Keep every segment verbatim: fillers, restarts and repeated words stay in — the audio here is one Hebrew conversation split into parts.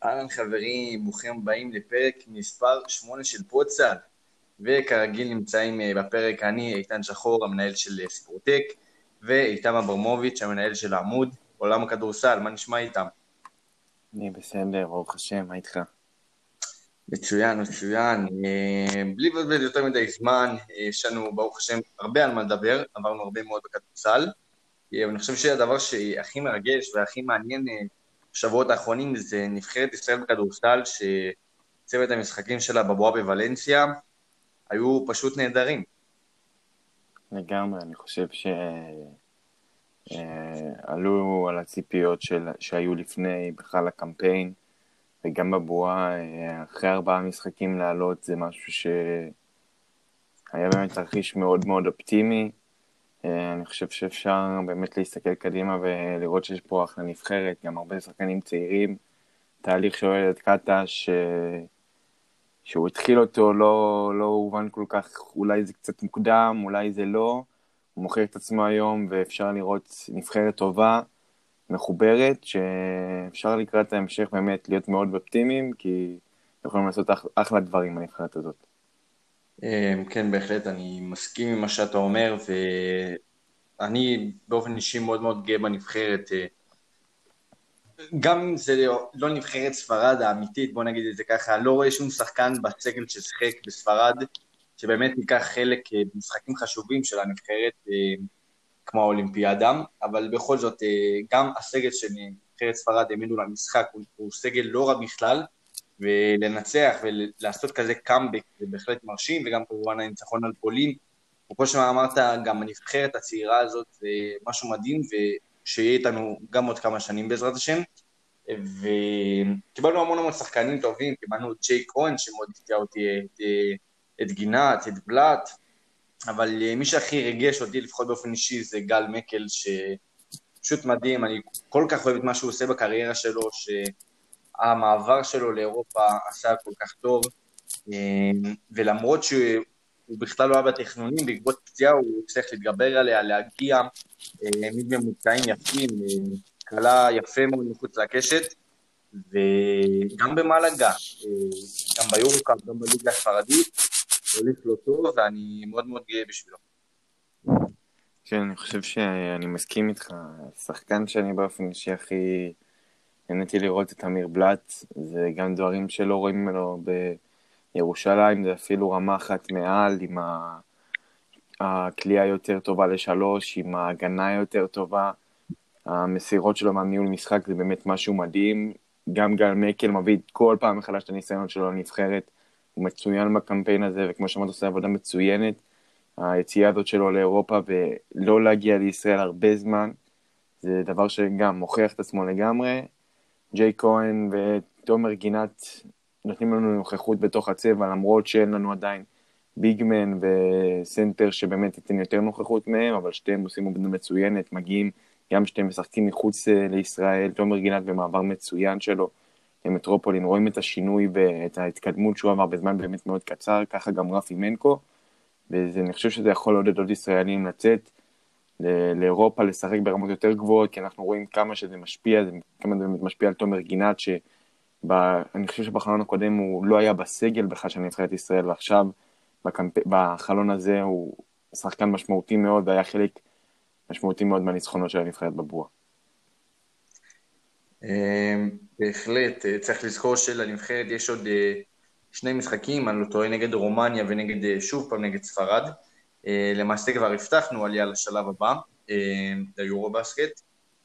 אהלן חברים, ברוכים הבאים לפרק מספר שמונה של פודסל. וכרגיל נמצאים אה, בפרק אני, איתן שחור, המנהל של אה, ספורטק, ואיתם אברמוביץ', המנהל של העמוד, עולם הכדורסל. מה נשמע איתם? אני בסדר, ברוך השם, מה איתך? מצוין, מצוין. אה, בלי לבזבז יותר מדי זמן, אה, יש לנו ברוך השם הרבה על מה לדבר, עברנו הרבה מאוד בכדורסל. אה, ואני חושב שהדבר שהכי מרגש והכי מעניין אה, בשבועות האחרונים זה נבחרת ישראל בכדורסל, שצוות המשחקים שלה בבועה בוולנסיה היו פשוט נהדרים. לגמרי, אני חושב שעלו על הציפיות של, שהיו לפני בכלל הקמפיין, וגם בבועה, אה, אחרי ארבעה משחקים לעלות, זה משהו שהיה באמת תרחיש מאוד מאוד אופטימי. אה, אני חושב שאפשר באמת להסתכל קדימה ולראות שיש פה אחלה נבחרת, גם הרבה שחקנים צעירים, תהליך שאוהד את קטש, שהוא התחיל אותו, לא, לא הובן כל כך, אולי זה קצת מוקדם, אולי זה לא, הוא מוכר את עצמו היום, ואפשר לראות נבחרת טובה, מחוברת, שאפשר לקראת ההמשך באמת להיות מאוד אופטימיים, כי יכולים לעשות אח, אחלה דברים בנבחרת הזאת. אה, כן, בהחלט, אני מסכים עם מה שאתה אומר, ואני באופן אישי מאוד מאוד גאה בנבחרת. אה, גם אם זה לא לא נבחרת ספרד האמיתית, בוא נגיד את זה ככה, לא רואה שום שחקן בסגל ששיחק בספרד, שבאמת ייקח חלק אה, במשחקים חשובים של הנבחרת, אה, כמו האולימפיאדה, אבל בכל זאת, אה, גם הסגל של נבחרת ספרד העמידו למשחק, הוא, הוא סגל לא רע בכלל, ולנצח ולעשות כזה קאמבק זה בהחלט מרשים, וגם כמובן הניצחון על פולין, וכמו שאמרת, גם הנבחרת הצעירה הזאת זה משהו מדהים, ושיהיה איתנו גם עוד כמה שנים בעזרת השם, וקיבלנו המון המון שחקנים טובים, קיבלנו את ג'יי כהן שמאוד הפתיע אותי, את, את גינת, את בלאט, אבל מי שהכי ריגש אותי, לפחות באופן אישי, זה גל מקל, שפשוט מדהים, אני כל כך אוהב את מה שהוא עושה בקריירה שלו, שהמעבר שלו לאירופה עשה כל כך טוב, ולמרות שהוא בכלל לא היה בתכנונים, בעקבות פציעה הוא צריך להתגבר עליה, להגיע, העמיד ממוצעים יפים, קלה יפה מאוד מחוץ לקשת, וגם במלאגה, גם ביורוקאפ, גם בליגה הספרדית, הוליך לו טוב, ואני מאוד מאוד גאה בשבילו. כן, אני חושב שאני מסכים איתך, השחקן שאני באופן אישי הכי נהניתי לראות את אמיר בלאט, זה גם דברים שלא רואים ממנו בירושלים, זה אפילו רמה אחת מעל, עם ה... הכלייה יותר טובה לשלוש, עם ההגנה יותר טובה, המסירות שלו מהניהול משחק זה באמת משהו מדהים, גם גל מקל מביא כל פעם מחדש את הניסיון שלו לנבחרת, הוא מצוין בקמפיין הזה, וכמו שאמרת עושה עבודה מצוינת, היציאה הזאת שלו לאירופה ולא להגיע לישראל הרבה זמן, זה דבר שגם מוכיח את עצמו לגמרי. ג'יי כהן ותומר גינת נותנים לנו נוכחות בתוך הצבע, למרות שאין לנו עדיין ביגמן וסנטר שבאמת ייתן יותר נוכחות מהם, אבל שתיהם עושים עובדה מצוינת, מגיעים גם שתיהם משחקים מחוץ לישראל, תומר גינת במעבר מצוין שלו למטרופולין, רואים את השינוי ואת ההתקדמות שהוא עבר בזמן באמת מאוד קצר, ככה גם רפי מנקו, ואני חושב שזה יכול לעודד עוד ישראלים לצאת לאירופה, לשחק ברמות יותר גבוהות, כי אנחנו רואים כמה שזה משפיע, זה כמה זה משפיע על תומר גינת, שאני חושב שבחלון הקודם הוא לא היה בסגל בכלל של נבחרת ישראל, ועכשיו בקמפ... בחלון הזה הוא שחקן משמעותי מאוד, והיה חלק משמעותי מאוד מהניצחונות של הנבחרת בבועה. בהחלט, צריך לזכור שלנבחרת יש עוד שני משחקים, אני לא טועה, נגד רומניה ונגד, שוב פעם נגד ספרד. למעשה כבר הבטחנו עלייה לשלב הבא, ליורובסקט,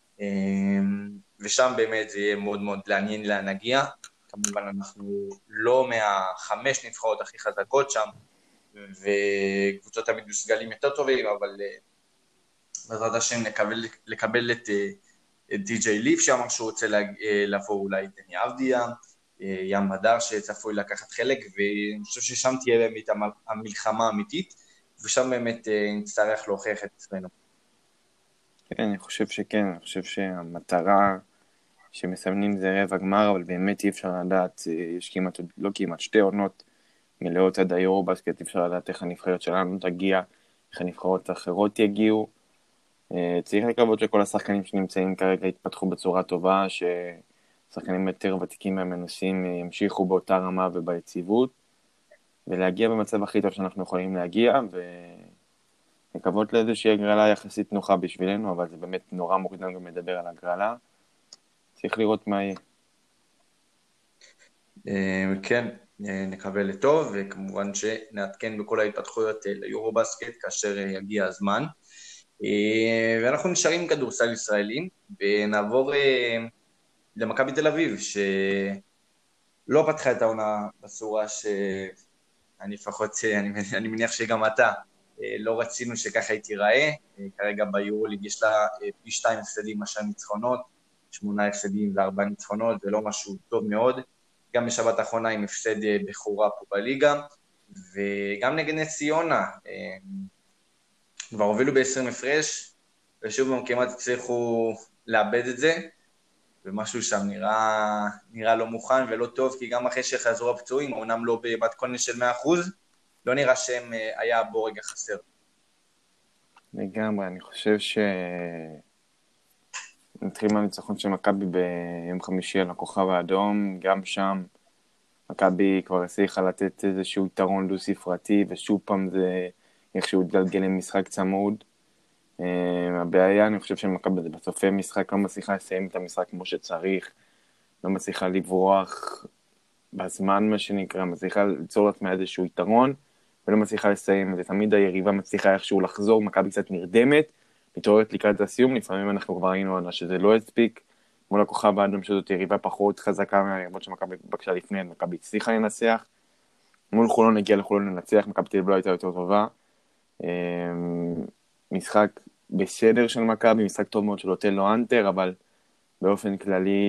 ושם באמת זה יהיה מאוד מאוד לעניין להנגיע. כמובן אנחנו לא מהחמש נבחרות הכי חזקות שם, וקבוצות תמיד מסגלים יותר טובים, אבל בעזרת השם לקבל, לקבל את, את די.ג'יי ליף שאמר שהוא רוצה לעבור אולי את דני אבדיה, ים הדר שצפוי לקחת חלק, ואני חושב ששם תהיה באמת המלחמה האמיתית, ושם באמת נצטרך להוכיח את עצמנו. כן, אני חושב שכן, אני חושב שהמטרה שמסמנים זה רבע גמר, אבל באמת אי אפשר לדעת, יש כמעט, לא כמעט, שתי עונות מלאות עד היורובסקט, אי אפשר לדעת איך הנבחרת שלנו תגיע, איך הנבחרות האחרות יגיעו. צריך לקוות שכל השחקנים שנמצאים כרגע יתפתחו בצורה טובה, שחקנים יותר ותיקים והמנוסים ימשיכו באותה רמה וביציבות, ולהגיע במצב הכי טוב שאנחנו יכולים להגיע, ולקוות לאיזושהי הגרלה יחסית נוחה בשבילנו, אבל זה באמת נורא מוקדם גם לדבר על הגרלה. צריך לראות מה יהיה. כן, נקבל לטוב, וכמובן שנעדכן בכל ההתפתחויות ליורובסקט כאשר יגיע הזמן. ואנחנו נשארים עם כדורסל ישראלים, ונעבור למכבי תל אביב, שלא פתחה את העונה בצורה שאני לפחות, אני, אני מניח שגם אתה, לא רצינו שככה היא תיראה. כרגע ביורוליג יש לה פי שתיים הפסדים מאשר ניצחונות, שמונה הפסדים וארבע ניצחונות, זה לא משהו טוב מאוד. גם בשבת האחרונה עם הפסד בחורה פה בליגה, וגם נגד נס ציונה, כבר הובילו ב-עשרים הפרש, ושוב הם כמעט הצליחו לאבד את זה, ומשהו שם נראה, נראה לא מוכן ולא טוב, כי גם אחרי שחזרו הפצועים, אומנם לא במתכונת של מאה אחוז, לא נראה שהם היה בו רגע חסר. לגמרי, אני חושב ש... נתחיל מהניצחון של מכבי ביום חמישי על הכוכב האדום, גם שם מכבי כבר הצליחה לתת איזשהו יתרון דו ספרתי, ושוב פעם זה איכשהו התגלגל למשחק צמוד. הבעיה, אני חושב שמכבי בסופי משחק לא מצליחה לסיים את המשחק כמו שצריך, לא מצליחה לברוח בזמן מה שנקרא, מצליחה ליצור לעצמה איזשהו יתרון, ולא מצליחה לסיים, ותמיד היריבה מצליחה איכשהו לחזור, מכבי קצת נרדמת, מתעוררת לקראת הסיום, לפעמים אנחנו כבר ראינו שזה לא הספיק, מול הכוכב האדום שזאת יריבה פחות חזקה מהיריבות שמכבי בקשה לפני, מכבי הצליחה לנצח, מול חולון הגיע לחולון לנצח, מכבי תל אביב לא הייתה יותר טובה, משחק בסדר של מכבי, משחק טוב מאוד של אוטלו אנטר, אבל באופן כללי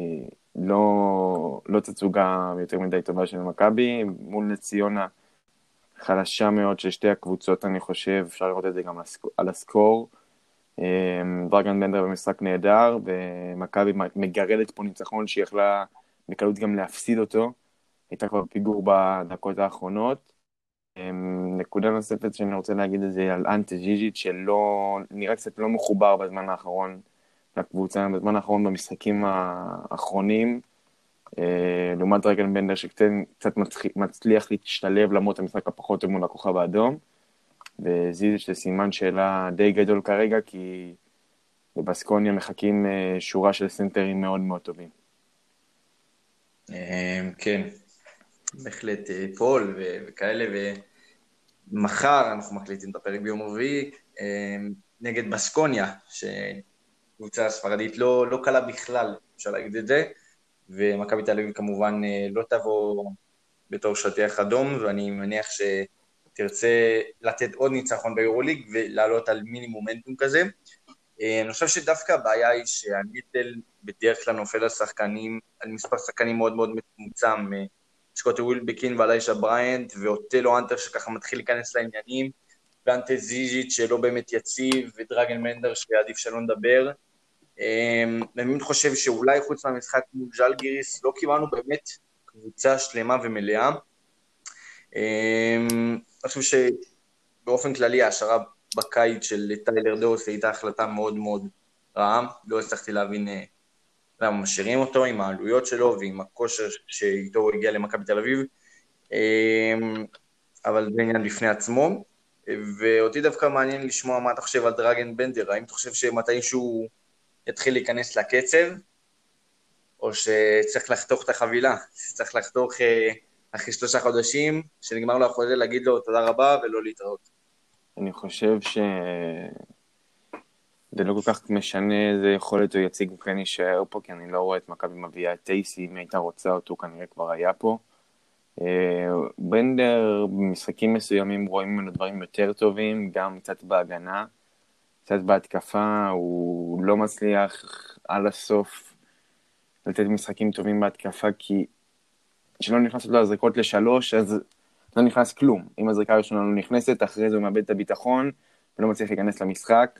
לא, לא תצוגה יותר מדי טובה של מכבי, מול נס ציונה חלשה מאוד של שתי הקבוצות, אני חושב, אפשר לראות את זה גם על הסקור, דרגן בנדר במשחק נהדר, ומכבי מגרדת פה ניצחון שהיא יכלה בקלות גם להפסיד אותו, הייתה כבר פיגור בדקות האחרונות. נקודה נוספת שאני רוצה להגיד את זה על אנטה ז'יז'יץ' שלא, נראה קצת לא מחובר בזמן האחרון לקבוצה, בזמן האחרון במשחקים האחרונים, לעומת דרגן בנדר שקצת מצליח להשתלב למרות המשחק הפחות מול הכוכב האדום, וז'יז'יץ' לסימן שאלה די גדול כרגע, כי בבסקוניה מחכים שורה של סנטרים מאוד מאוד טובים. כן, בהחלט פול וכאלה, ומחר אנחנו מקליטים את הפרק ביום רביעי, נגד בסקוניה, שקבוצה הספרדית לא, לא קלה בכלל, אפשר להגיד את זה, ומכבי תל אביב כמובן לא תבוא בתור שטיח אדום, ואני מניח שתרצה לתת עוד ניצחון ביורוליג, ולעלות על מינימומנטום כזה. אני חושב שדווקא הבעיה היא שהנטל בדרך כלל נופל על שחקנים, על מספר שחקנים מאוד מאוד מצומצם, סקוטי ווילבקין ואליישה בריינט, ואוטלו אנטר שככה מתחיל להיכנס לעניינים, ואנטה ז'יז'יץ' שלא באמת יציב, ודרגן בנדר שעדיף שלא נדבר. אני חושב שאולי חוץ מהמשחק מול ז'לגיריס, לא קיבלנו באמת קבוצה שלמה ומלאה. אני חושב שבאופן כללי ההשארה בקיץ של טיילר דורס הייתה החלטה מאוד מאוד רעה, לא הצלחתי להבין למה משאירים אותו עם העלויות שלו ועם הכושר שאיתו הוא הגיע למכבי תל אביב, אבל זה עניין בפני עצמו, ואותי דווקא מעניין לשמוע מה אתה חושב על דרגן בנדר, האם אתה חושב שמתישהו יתחיל להיכנס לקצב, או שצריך לחתוך את החבילה, צריך לחתוך אחרי שלושה חודשים, שנגמר לו החוזה להגיד לו תודה רבה ולא להתראות. אני חושב ש... זה לא כל כך משנה איזה יכולת הוא יציג הוא כן יישאר פה, כי אני לא רואה את מכבי מביאה את טייסי, אם הייתה רוצה אותו כנראה כבר היה פה. בנדר במשחקים מסוימים רואים ממנו דברים יותר טובים, גם קצת בהגנה, קצת בהתקפה, הוא לא מצליח על הסוף לתת משחקים טובים בהתקפה, כי כשלא נכנס לו הזריקות לשלוש, אז לא נכנס כלום. אם הזריקה הראשונה לא נכנסת, אחרי זה הוא מאבד את הביטחון, ולא מצליח להיכנס למשחק.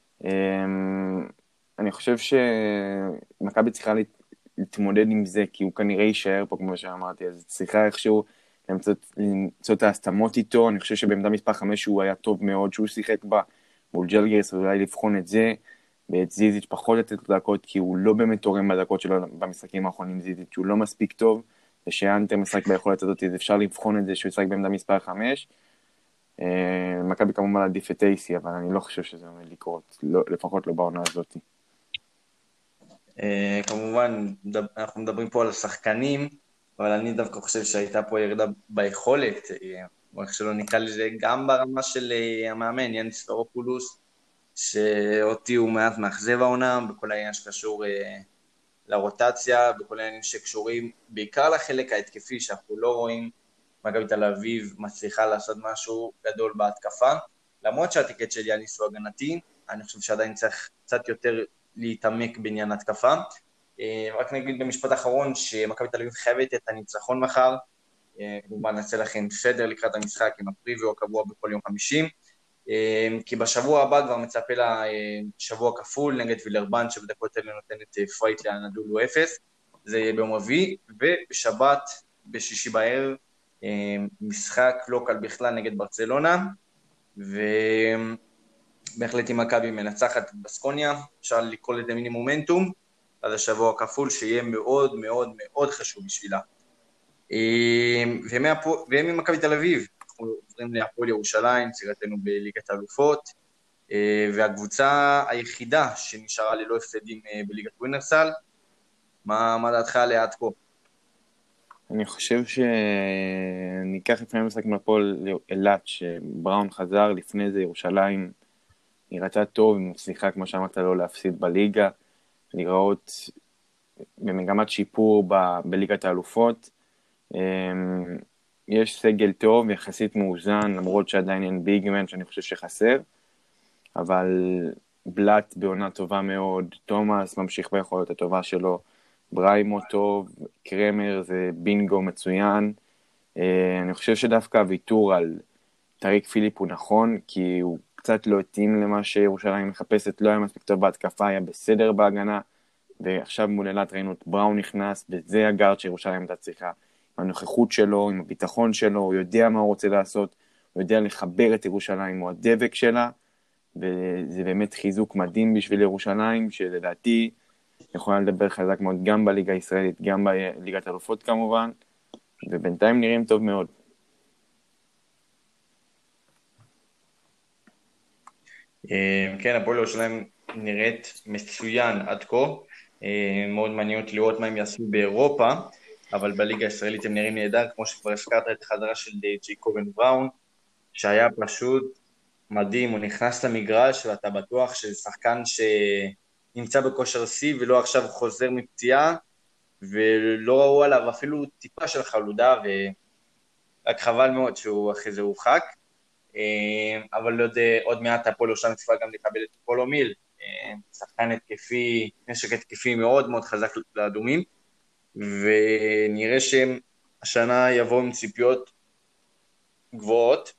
אני חושב שמכבי צריכה להתמודד עם זה, כי הוא כנראה יישאר פה, כמו שאמרתי, אז צריכה איכשהו למצוא, למצוא את ההסתמות איתו. אני חושב שבעמדה מספר חמש הוא היה טוב מאוד, שהוא שיחק בה מול ג'לגיריס, ואולי לבחון את זה, ואת זיזיץ' פחות לתת דקות, כי הוא לא באמת תורם בדקות שלו במשחקים האחרונים, זיזיץ' הוא לא מספיק טוב, ושאנטר משחק ביכולת הזאת, אז אפשר לבחון את זה שהוא ישחק בעמדה מספר חמש. מכבי כמובן עדיף את אייסי, אבל אני לא חושב שזה עומד לקרות, לא, לפחות לא בעונה הזאת. כמובן, אנחנו מדברים פה על השחקנים, אבל אני דווקא חושב שהייתה פה ירידה ביכולת, או איך שלא נקרא לזה, גם ברמה של המאמן, יאניס ספורופולוס, שאותי הוא מעט מאכזב העונה, בכל העניין שקשור לרוטציה, בכל העניינים שקשורים בעיקר לחלק ההתקפי, שאנחנו לא רואים מכבי תל אביב מצליחה לעשות משהו גדול בהתקפה, למרות שהטיקט של יאניס הוא הגנתי, אני חושב שעדיין צריך קצת יותר להתעמק בעניין התקפה. רק נגיד במשפט האחרון שמכבי תל אביב חייבת את הניצחון מחר, כמובן נעשה לכם סדר לקראת המשחק עם הפריוויו הקבוע בכל יום חמישים, כי בשבוע הבא כבר מצפה לה שבוע כפול נגד וילרבן, שבדקות האלה נותנת פרייט לאנדולו אפס, זה יהיה ביום רביעי, ובשבת בשישי בערב משחק לא קל בכלל נגד ברצלונה, ובהחלט עם מכבי מנצחת בסקוניה, אפשר לקרוא לזה מיני מומנטום, עד השבוע הכפול שיהיה מאוד מאוד מאוד חשוב בשבילה. וממכבי תל אביב, אנחנו עוברים להפועל ירושלים, צירתנו בליגת האלופות, והקבוצה היחידה שנשארה ללא הפסדים בליגת ווינרסל, מה, מה דעתך עליה עד כה? אני חושב שניקח לפני משחק מהפועל אילת, שבראון חזר, לפני זה ירושלים נראתה טוב, מצליחה כמו שאמרת לא להפסיד בליגה, לראות במגמת שיפור ב- בליגת האלופות, יש סגל טוב, יחסית מאוזן, למרות שעדיין אין ביגמן שאני חושב שחסר, אבל בלט בעונה טובה מאוד, תומאס ממשיך ביכולת הטובה שלו, בריימו טוב, קרמר זה בינגו מצוין. אני חושב שדווקא הוויתור על טריק פיליפ הוא נכון, כי הוא קצת לא התאים למה שירושלים מחפשת, לא היה מספיק טוב בהתקפה, היה בסדר בהגנה, ועכשיו מול אילת ראינו את בראון נכנס, וזה הגארד שירושלים הייתה צריכה, עם הנוכחות שלו, עם הביטחון שלו, הוא יודע מה הוא רוצה לעשות, הוא יודע לחבר את ירושלים, הוא הדבק שלה, וזה באמת חיזוק מדהים בשביל ירושלים, שלדעתי יכולה לדבר חזק מאוד גם בליגה הישראלית, גם בליגת האלופות כמובן, ובינתיים נראים טוב מאוד. כן, הפועל ירושלים נראית מצוין עד כה, מאוד מעניין לראות מה הם יעשו באירופה, אבל בליגה הישראלית הם נראים נהדר, כמו שכבר הזכרת את החזרה של ג'ייקובן בראון, שהיה פשוט מדהים, הוא נכנס למגרש ואתה בטוח שזה שחקן שנמצא בכושר C ולא עכשיו חוזר מפציעה, ולא ראו עליו אפילו טיפה של חלודה, ורק חבל מאוד שהוא אחרי זה הורחק, אבל עוד, עוד מעט הפועל ירושלים צפויה גם לקבל את פולו מיל, שחקן התקפי, נשק התקפי מאוד מאוד חזק לאדומים, ונראה שהם השנה יבואו עם ציפיות גבוהות.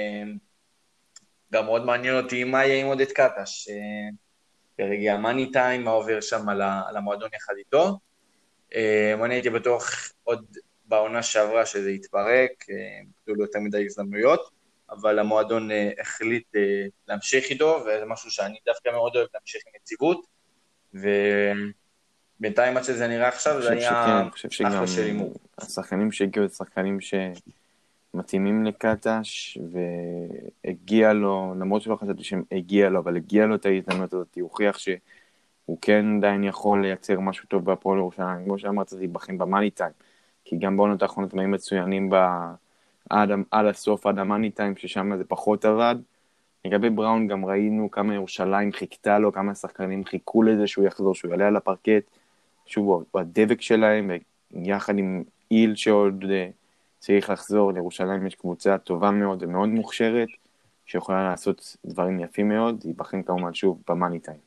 גם מאוד מעניין אותי מה יהיה עם עודד קטש, ברגע המאני טיים, מה עובר שם על המועדון יחד איתו. אני הייתי בטוח עוד בעונה שעברה שזה יתפרק, לא יותר מדי הזדמנויות, אבל המועדון החליט להמשיך איתו, וזה משהו שאני דווקא מאוד אוהב להמשיך עם יציבות, ובינתיים עד שזה נראה עכשיו, זה היה אחלה של הימור. השחקנים שהגיעו, שחקנים שמתאימים לקטש, והגיע לו, למרות שלא חשבתי שהגיע לו, אבל הגיע לו את ההזדמנות הזאת, הוא הוכיח שהוא כן עדיין יכול לייצר משהו טוב בהפועל ירושלים, כמו שאמרת, זה ייבחן במאני טיים, כי גם בעונות האחרונות הם מצוינים ב... עד, עד הסוף, עד המאני טיים, ששם זה פחות עבד. לגבי בראון גם ראינו כמה ירושלים חיכתה לו, כמה שחקנים חיכו לזה שהוא יחזור, שהוא יעלה על הפרקט, שהוא הדבק שלהם, ויחד עם איל שעוד צריך לחזור, לירושלים יש קבוצה טובה מאוד ומאוד מוכשרת, שיכולה לעשות דברים יפים מאוד, ייבחן כמובן שוב במאני טיים.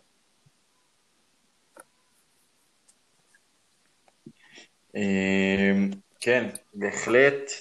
כן, בהחלט.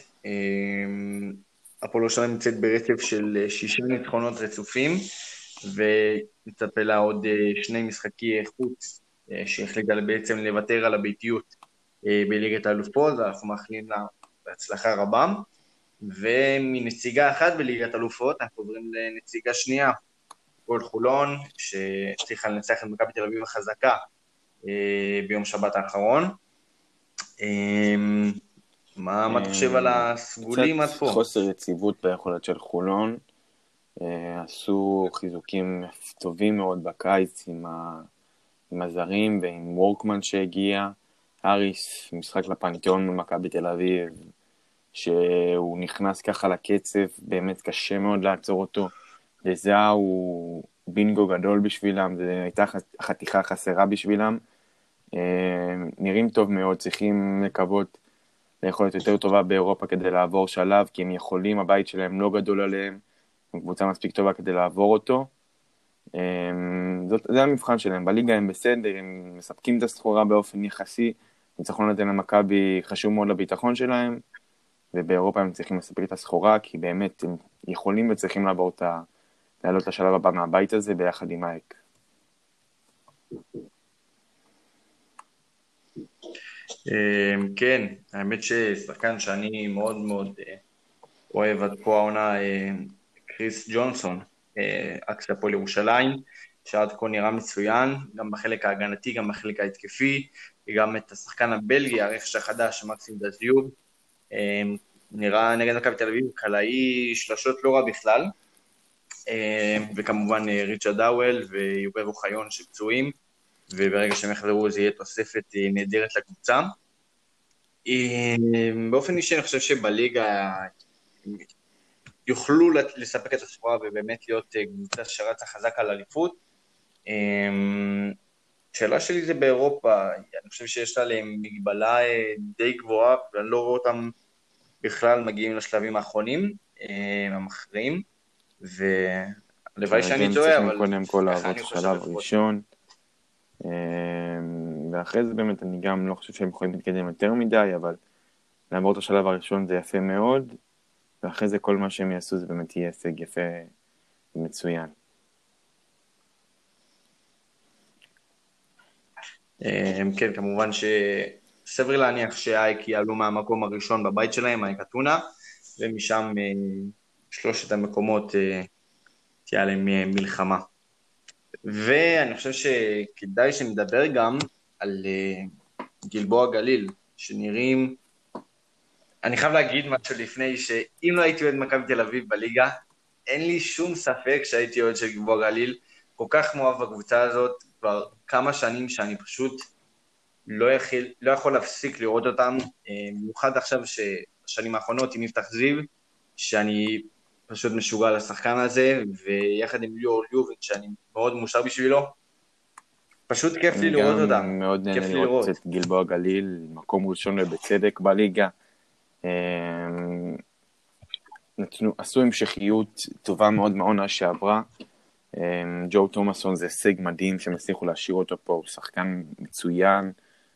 הפועל ירושלים נמצאת ברצף של שישה ניצחונות רצופים, ומצפה לה עוד שני משחקי חוץ שהחליטה בעצם לוותר על הביתיות בליגת האלופות, ואנחנו מאחלים לה בהצלחה רבה. ומנציגה אחת בליגת האלופות אנחנו עוברים לנציגה שנייה, הפועל חולון, שהצליחה לנצח את מכבי תל אביב החזקה ביום שבת האחרון. מה, מה אתה חושב על הסגולים עד פה? קצת חוסר יציבות ביכולת של חולון. עשו חיזוקים טובים מאוד בקיץ עם, ה... עם הזרים ועם וורקמן שהגיע. אריס, משחק לפנתיאון ממכבי תל אביב, שהוא נכנס ככה לקצב, באמת קשה מאוד לעצור אותו. לזה הוא בינגו גדול בשבילם, זו הייתה חתיכה חסרה בשבילם. נראים טוב מאוד, צריכים לקוות ליכולת יותר טובה באירופה כדי לעבור שלב, כי הם יכולים, הבית שלהם לא גדול עליהם, הם קבוצה מספיק טובה כדי לעבור אותו. זאת, זה המבחן שלהם, בליגה הם בסדר, הם מספקים את הסחורה באופן יחסי, ניצחון הזה למכבי חשוב מאוד לביטחון שלהם, ובאירופה הם צריכים לספק את הסחורה, כי באמת הם יכולים וצריכים לעבור את ה... לעלות לשלב הבא מהבית הזה ביחד עם אייק. כן, האמת ששחקן שאני מאוד מאוד אוהב עד כה העונה, קריס ג'ונסון, אקס הפועל ירושלים, שעד כה נראה מצוין, גם בחלק ההגנתי, גם בחלק ההתקפי, וגם את השחקן הבלגי, הרכש החדש, מקסים דזיוב, נראה נגד מכבי תל אביב, קלעי שלשות לא רע בכלל, וכמובן ריצ'רד דאוול ויובל אוחיון שפצועים, וברגע שהם יחזרו זה יהיה תוספת נהדרת לקבוצה. באופן אישי אני חושב שבליגה יוכלו לספק את הסחורה ובאמת להיות קבוצה שרצה חזק על אליפות. שאלה שלי זה באירופה, אני חושב שיש להם מגבלה די גבוהה, ואני לא רואה אותם בכלל מגיעים לשלבים האחרונים, המכריעים, ולוואי שאני טועה, אבל קודם כל לעבור שלב ראשון, ואחרי זה באמת אני גם לא חושב שהם יכולים להתקדם יותר מדי, אבל לעבור את השלב הראשון זה יפה מאוד, ואחרי זה כל מה שהם יעשו זה באמת יהיה הישג יפה ומצוין. כן, כמובן שסביר להניח שהאייק יעלו מהמקום הראשון בבית שלהם, האייק אתונה, ומשם שלושת המקומות תהיה להם מלחמה. ואני חושב שכדאי שנדבר גם על גלבוע גליל, שנראים, אני חייב להגיד משהו לפני, שאם לא הייתי אוהד מכבי תל אביב בליגה, אין לי שום ספק שהייתי אוהד של גלבוע גליל, כל כך מואב בקבוצה הזאת, כבר כמה שנים שאני פשוט לא יכול, לא יכול להפסיק לראות אותם, במיוחד עכשיו שבשנים האחרונות עם יפתח זיו, שאני פשוט משוגע לשחקן הזה, ויחד עם ליאור ליובין, שאני מאוד מאושר בשבילו, פשוט כיף לי לראות אותם. אני גם מאוד נהנה לראות את גלבוע גליל, מקום ראשון ובצדק בליגה. נתנו, עשו המשכיות טובה מאוד מעונה שעברה. ג'ו תומאסון זה הישג מדהים שהם הצליחו להשאיר אותו פה, הוא שחקן מצוין.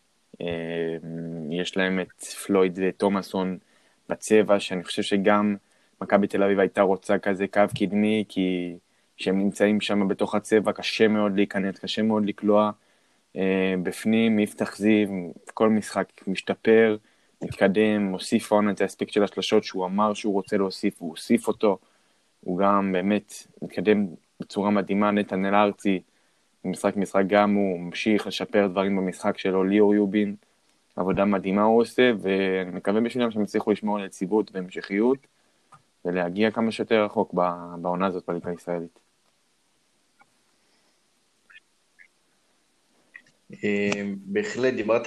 יש להם את פלויד ותומאסון בצבע, שאני חושב שגם מכבי תל אביב הייתה רוצה כזה קו קדמי, כי כשהם נמצאים שם בתוך הצבע קשה מאוד להיכנס, קשה מאוד לקלוע בפנים. יפתח זיו, כל משחק משתפר, מתקדם, מוסיף עונה את האספקט של השלשות שהוא אמר שהוא רוצה להוסיף, הוא הוסיף אותו, הוא גם באמת מתקדם בצורה מדהימה. נתנאל ארצי, במשחק משחק גם הוא ממשיך לשפר דברים במשחק שלו. ליאור יובין, עבודה מדהימה הוא עושה, ואני מקווה בשבילם שהם יצליחו לשמור על יציבות והמשכיות, ולהגיע כמה שיותר רחוק בעונה הזאת בליגה הישראלית. בהחלט, דיברת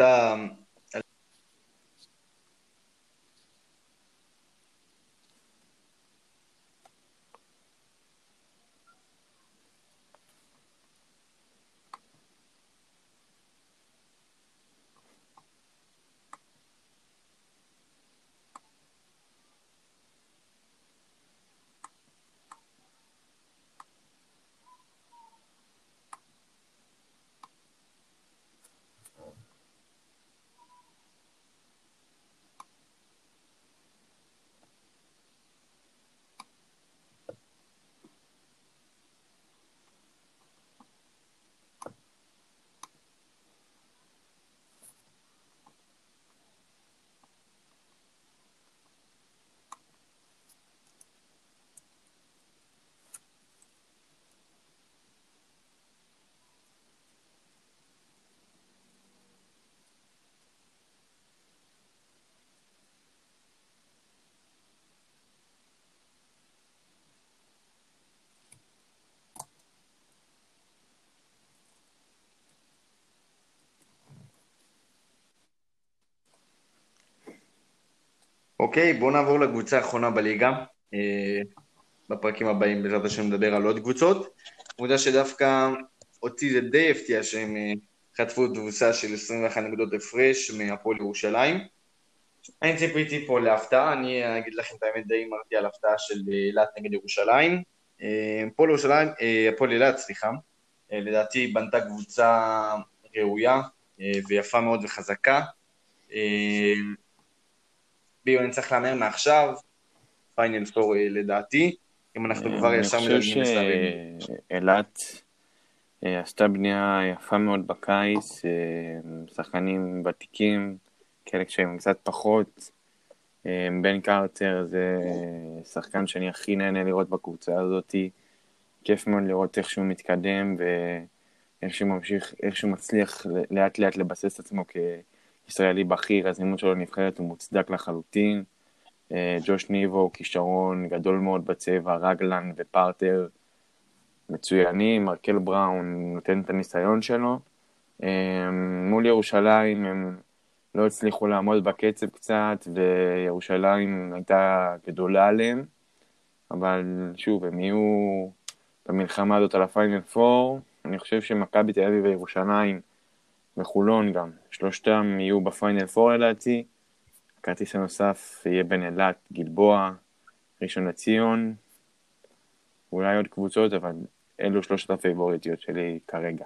אוקיי, בואו נעבור לקבוצה האחרונה בליגה. אה, בפרקים הבאים בעזרת השם נדבר על עוד קבוצות. קבוצה שדווקא אותי זה די הפתיע שהם אה, חטפו תבוסה של עשרים ואחת נקודות הפרש מהפועל ירושלים. אני ציפיתי פה להפתעה, אני אגיד לכם את האמת, די אמרתי על הפתעה של אה, אילת נגד ירושלים. אה, הפועל ירושלים, אה, הפועל אילת, סליחה, אה, לדעתי בנתה קבוצה ראויה אה, ויפה מאוד וחזקה. אה, ביו אני צריך להמר מעכשיו, פיינל פור לדעתי, אם אנחנו כבר אני ישר חושב מדלגים לשלבים. שאילת אה, עשתה בנייה יפה מאוד בקיץ, אה, שחקנים ותיקים, חלק שהם קצת פחות. אה, בן קרטר זה שחקן שאני הכי נהנה לראות בקבוצה הזאת. כיף מאוד לראות איך שהוא מתקדם ואיך שהוא ממשיך, איך שהוא מצליח לאט לאט לבסס את עצמו כישראלי בכיר. הזימון שלו לנבחרת הוא מוצדק לחלוטין. אה, ג'וש ניבו, כישרון גדול מאוד בצבע, רגלן ופרטר מצוינים, מרקל בראון נותן את הניסיון שלו. מול ירושלים הם לא הצליחו לעמוד בקצב קצת, וירושלים הייתה גדולה עליהם, אבל שוב, הם יהיו במלחמה הזאת על הפיינל פור. אני חושב שמכבי תל אביב וירושלים וחולון גם, שלושתם יהיו בפיינל פור לדעתי. הכרטיס הנוסף יהיה בין אילת, גלבוע, ראשון לציון, אולי עוד קבוצות, אבל אלו שלושת הפייבוריטיות שלי כרגע.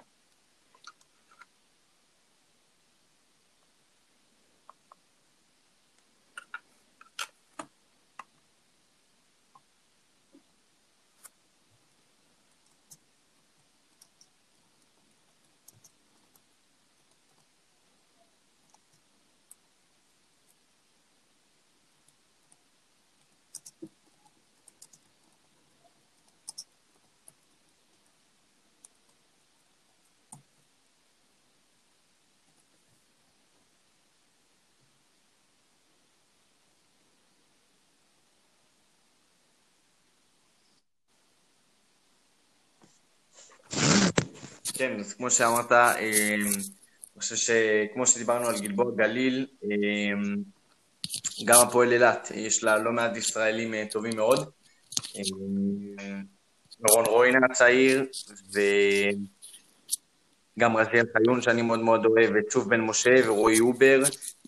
כן, אז כמו שאמרת, אני חושב שכמו שדיברנו על גלבוע גליל, גם הפועל אילת, יש לה לא מעט ישראלים טובים מאוד. רון רוינה הצעיר, וגם רזיאל חיון שאני מאוד מאוד אוהב, וצוף בן משה ורועי אובר,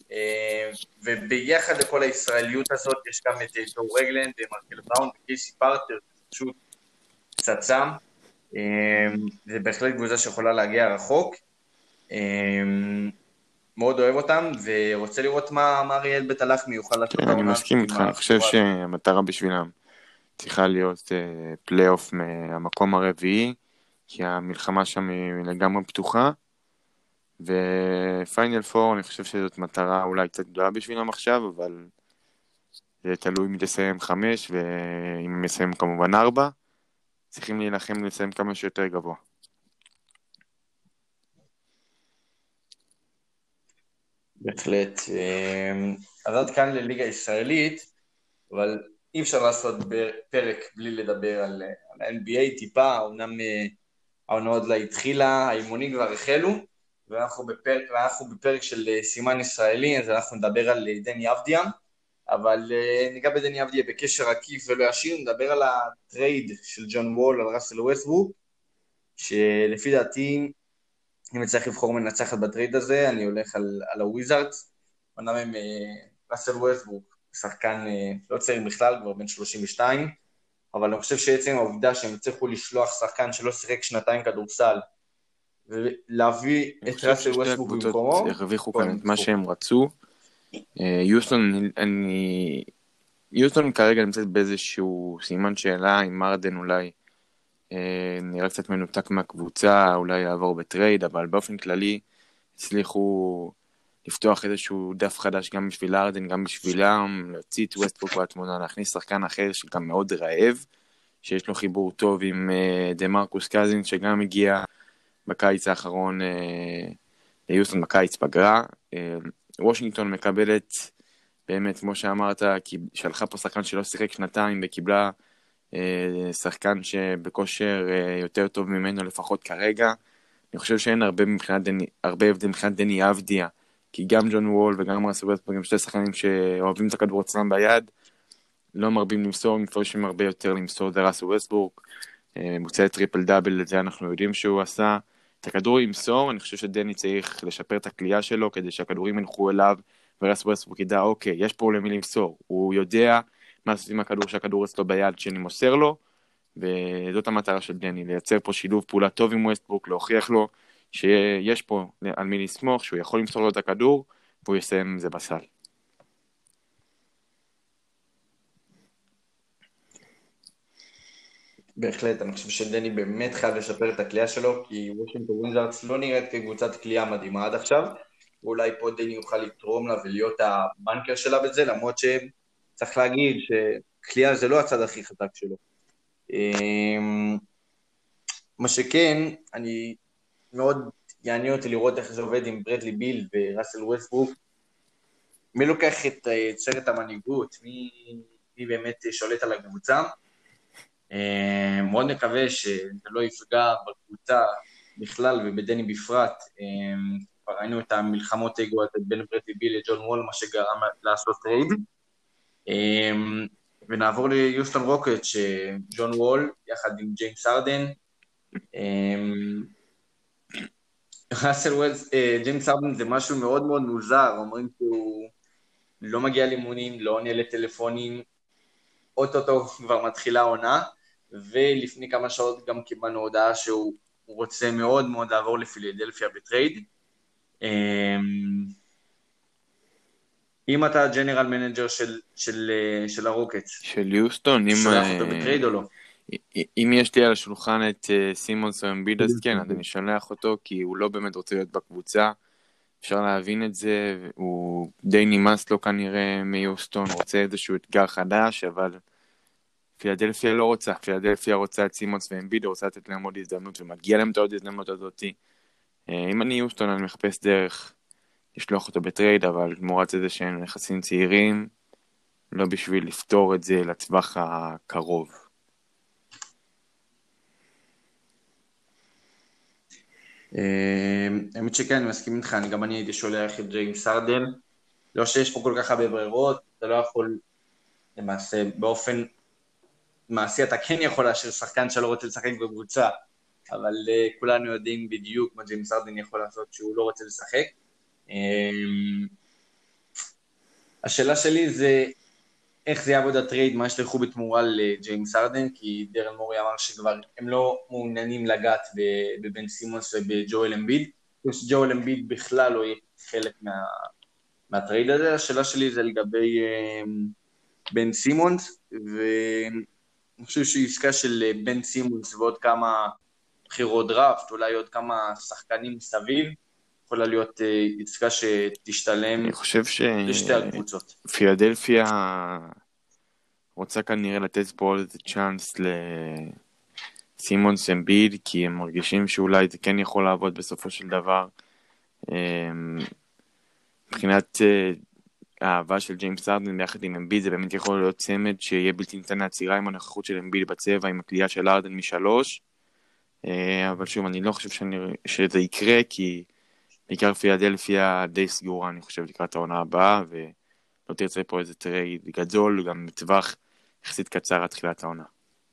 וביחד לכל הישראליות הזאת יש גם את דור רגלנד, מרקל בראון וקייסי פרטר, פשוט פצצה. זה בהחלט קבוצה שיכולה להגיע רחוק. מאוד אוהב אותם, ורוצה לראות מה אריאל בית הלחמי יוכל לעשות כן, אני העונה. מסכים איתך, אני חושב שהמטרה בשבילם צריכה להיות פלייאוף מהמקום הרביעי, כי המלחמה שם היא לגמרי פתוחה, ופיינל פור אני חושב שזאת מטרה אולי קצת גדולה בשבילם עכשיו, אבל זה תלוי מי תסיים חמש, ואם הם יסיים כמובן ארבע, צריכים להילחם לסיים כמה שיותר גבוה. בהחלט. אז עד כאן לליגה הישראלית, אבל אי אפשר לעשות פרק בלי לדבר על ה-אן בי איי טיפה. אומנם העונה עוד לא התחילה, האימונים כבר החלו, ואנחנו בפרק, ואנחנו בפרק של סימן ישראלי, אז אנחנו נדבר על דני אבדיה, אבל ניגע בדני אבדיה בקשר עקיף ולא ישיר. נדבר על הטרייד של ג'ון וול על ראסל ווסטברוק, שלפי דעתי, אם צריך לבחור מנצחת בטרייד הזה, אני הולך על, על הוויזארדס. אמנם הם ראסל ווסטברוק, שחקן לא צעיר בכלל, כבר בן שלושים ושתיים, אבל אני חושב שעצם העובדה שהם צריכו לשלוח שחקן שלא שיחק שנתיים כדורסל, ולהביא את ראסל ווסטברוק במקומו. אני חושב ששתי הקבוצות הרוויחו כאן את מה שהם רצו. יוסטון, אני... יוסטון כרגע נמצאת באיזשהו סימן שאלה, עם מרדן אולי נראה קצת מנותק מהקבוצה, אולי יעבור בטרייד, אבל באופן כללי הצליחו לפתוח איזשהו דף חדש גם בשביל ארדן, גם בשבילם, להוציא את ווסטברוק מהתמונה, להכניס שחקן אחר שגם מאוד רעב, שיש לו חיבור טוב עם דה מרקוס קזין, שגם הגיע בקיץ האחרון ליוסטון בקיץ פגרה. וושינגטון מקבלת, באמת כמו שאמרת, שלחה פה שחקן שלא שיחק שנתיים וקיבלה שחקן שבכושר יותר טוב ממנו לפחות כרגע. אני חושב שאין הרבה מבחינת דני, הרבה הבדל מבחינת דני אבדיה כי גם ג'ון וול וגם ראסל ווסטברוק הם שתי שחקנים שאוהבים את הכדור אצלם ביד, לא מרבים למסור, מפרשים הרבה יותר למסור, זה ראסל ווסטברוק, מוצא טריפל דאבל, את זה אנחנו יודעים שהוא עשה, את הכדור ימסור, אני חושב שדני צריך לשפר את הקליעה שלו, כדי שהכדורים ינחו אליו, וראסל ווסטברוק ידע, אוקיי, יש פה למי למסור, הוא יודע מה לעשות עם הכדור, שהכדור אצלו ביד שאני מוסר לו, וזאת המטרה של דני, לייצר פה שילוב פעולה טוב עם ווסטברוק, להוכיח לו שיש פה על מי לסמוך, שהוא יכול למסור לו את הכדור, והוא יסיים עם זה בסל. בהחלט, אני חושב שדני באמת חייב לשפר את הקליעה שלו, כי וושינגטון וויזארדס לא נראית כקבוצת קליעה מדהימה עד עכשיו, ואולי פה דני יוכל לתרום לה ולהיות הבנקר שלה בזה, למרות שצריך להגיד שקליעה זה לא הצד הכי חזק שלו. מה שכן, אני מאוד יעניין אותי לראות איך זה עובד עם ברדלי ביל וראסל ווסטברוק, מי לוקח את סרט המנהיגות, מי, מי באמת שולט על הקבוצה, מאוד מקווה שזה לא יפגע בקבוצה בכלל ובדני בפרט, כבר ראינו את המלחמות אגו בין ברדלי ביל לג'ון וול, מה שגרם לעשות טרייד, ונעבור ליוסטון רוקט, שג'ון וול יחד עם ג'יימס הרדן, ראסל וולס, ג'יימס הרדן זה משהו מאוד מאוד מוזר, אומרים שהוא לא מגיע לימונים, לא עונה לטלפונים, אוטוטו כבר מתחילה עונה, ולפני כמה שעות גם קיבלנו הודעה שהוא רוצה מאוד מאוד לעבור לפילדלפיה בטרייד. אם אתה ג'נרל מנג'ר של, של, של הרוקטס, של יוסטון, אם... שולח אותו בטרייד או לא? אם יש לי על השולחן את סימונס או אמביד, אז כן, אז אני שולח אותו, כי הוא לא באמת רוצה להיות בקבוצה, אפשר להבין את זה, הוא די נמאס לו כנראה מיוסטון, רוצה איזשהו אתגר חדש, אבל פילדלפיה לא רוצה, פילדלפיה רוצה את סימונס ואמביד, רוצה לתת להם עוד הזדמנות, ומגיע להם את עוד הזדמנות הזאת. אם אני יוסטון, אני מחפש דרך לשלוח אותו בטרייד, אבל תמורת איזה שהם נכסים צעירים, לא בשביל לפתור את זה לטווח הקרוב. האמת שכן, אני מסכים איתך, גם אני הייתי שולח את ג'יימס הרדן, לא שיש פה כל כך הרבה ברירות, אתה לא יכול, למעשה, באופן מעשי אתה כן יכול להשאיר שחקן שלא רוצה לשחק בקבוצה, אבל כולנו יודעים בדיוק מה ג'יימס הרדן יכול לעשות שהוא לא רוצה לשחק. השאלה שלי זה, איך זה יעבוד הטרייד, מה ישלחו בתמורה לג'יימס הרדן, כי דרל מורי אמר שכבר הם לא מעוניינים לגעת בבן סימונס ובג'ואל אמביד, פלוס ג'ואל אמביד בכלל לא יהיה חלק מה, מהטרייד הזה. השאלה שלי זה לגבי בן סימונס, ואני חושב שהיא עסקה של בן סימונס ועוד כמה בחירות דראפט, אולי עוד כמה שחקנים מסביב, יכולה להיות עסקה שתשתלם לשתי הקבוצות. פילדלפיה רוצה כנראה לתת פה עוד איזה צ'אנס לסימונס אמביד, כי הם מרגישים שאולי זה כן יכול לעבוד בסופו של דבר. מבחינת האהבה של ג'יימס הרדן ביחד עם אמביד, זה באמת יכול להיות צמד שיהיה בלתי ניתן לעצירה עם הנוכחות של אמביד בצבע, עם הקליעה של הרדן משלוש. אבל שוב, אני לא חושב שאני, שזה יקרה, כי בעיקר פילדלפיה די סגורה, אני חושב, לקראת העונה הבאה, ולא תרצה פה איזה טרייד גדול, גם בטווח יחסית קצר עד תחילת העונה.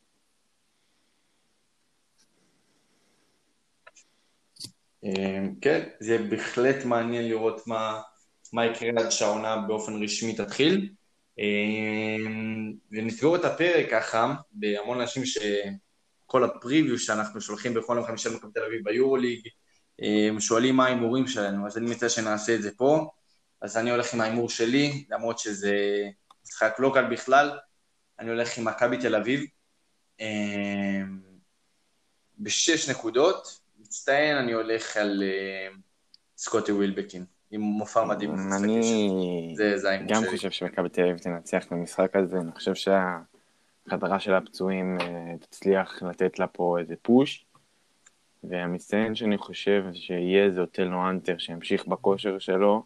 כן, זה בהחלט מעניין לראות מה, מה יקרה עד שהעונה באופן רשמי תתחיל. ונסגור את הפרק ככה, בהמון אנשים שכל הפריוויו שאנחנו שולחים בכל יום חמישה מכבי תל אביב ביורוליג, שואלים מה האימורים שלנו, אז אני מציע שנעשה את זה פה. אז אני הולך עם האימור שלי, למרות שזה משחק לא קל בכלל, אני הולך עם מכבי תל אביב, בשש נקודות, מצטיין אני הולך על סקוטי ווילבקין, עם מופע מדהים. אני גם חושב שמכבי תל אביב תנצח במשחק הזה, אני חושב שהחדרה של הפצועים תצליח לתת לה פה איזה פוש, והמצטיין שאני חושב שיהיה זה אוטלו אנטר שימשיך בכושר שלו,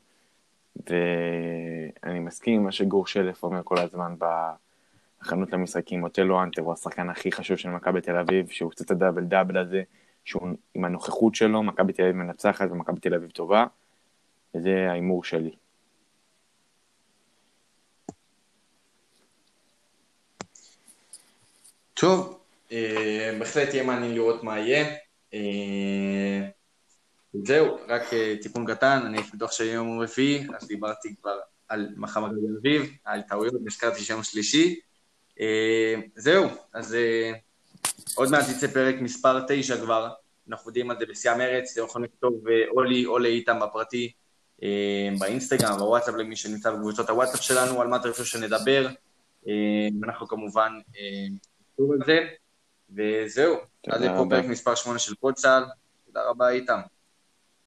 ואני מסכים עם מה שגור שלף אומר כל הזמן בהכנות למשחקים, אוטלו אנטר הוא השחקן הכי חשוב של מכבי תל אביב, שהוא קצת הדאבל דאבל הזה, שהוא עם הנוכחות שלו, מכבי תל אביב מנצחת ומכבי תל אביב טובה, וזה האימור שלי. טוב, בהחלט יהיה מעניין לראות מה יהיה. זהו, רק תיקון קטן, אני בטוח שיום רביעי, אז דיברתי כבר על מחר מכבי תל אביב, על טעויות, נזכרתי שם שלישי. זהו, אז עוד מעט יצא פרק מספר תשע כבר, אנחנו יודעים על זה בשיא המרץ, אתם יכולים לכתוב או לי או לאיתם בפרטי, באינסטגרם, בוואטסאפ, למי שנמצא בקבוצות הוואטסאפ שלנו, על מה אתה חושב שנדבר, ואנחנו כמובן נכתוב על זה, וזהו, עד לפה פרק מספר שמונה של פודסל, תודה רבה איתם.